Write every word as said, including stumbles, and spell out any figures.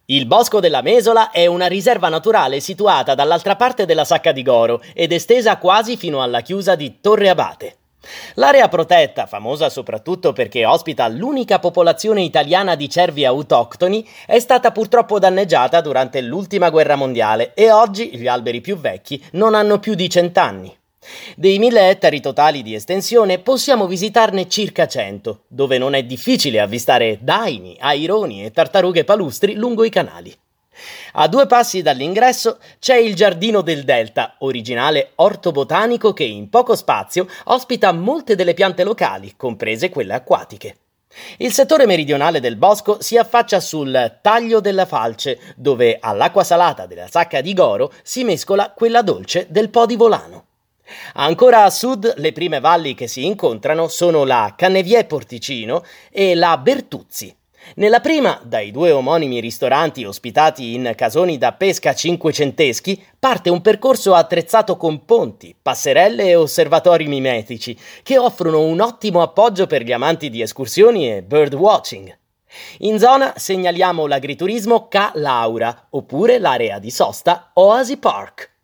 Il Bosco della Mesola è una riserva naturale situata dall'altra parte della Sacca di Goro ed estesa quasi fino alla chiusa di Torre Abate. L'area protetta, famosa soprattutto perché ospita l'unica popolazione italiana di cervi autoctoni, è stata purtroppo danneggiata durante l'ultima guerra mondiale e oggi gli alberi più vecchi non hanno più di cent'anni. Dei mille ettari totali di estensione possiamo visitarne circa cento, dove non è difficile avvistare daini, aironi e tartarughe palustri lungo i canali. A due passi dall'ingresso c'è il Giardino del Delta, originale orto botanico che in poco spazio ospita molte delle piante locali, comprese quelle acquatiche. Il settore meridionale del bosco si affaccia sul Taglio della Falce, dove all'acqua salata della Sacca di Goro si mescola quella dolce del Po di Volano. Ancora a sud, le prime valli che si incontrano sono la Cannevier Porticino e la Bertuzzi. Nella prima, dai due omonimi ristoranti ospitati in casoni da pesca cinquecenteschi, parte un percorso attrezzato con ponti, passerelle e osservatori mimetici, che offrono un ottimo appoggio per gli amanti di escursioni e birdwatching. In zona segnaliamo l'agriturismo Ca Laura, oppure l'area di sosta Oasi Park.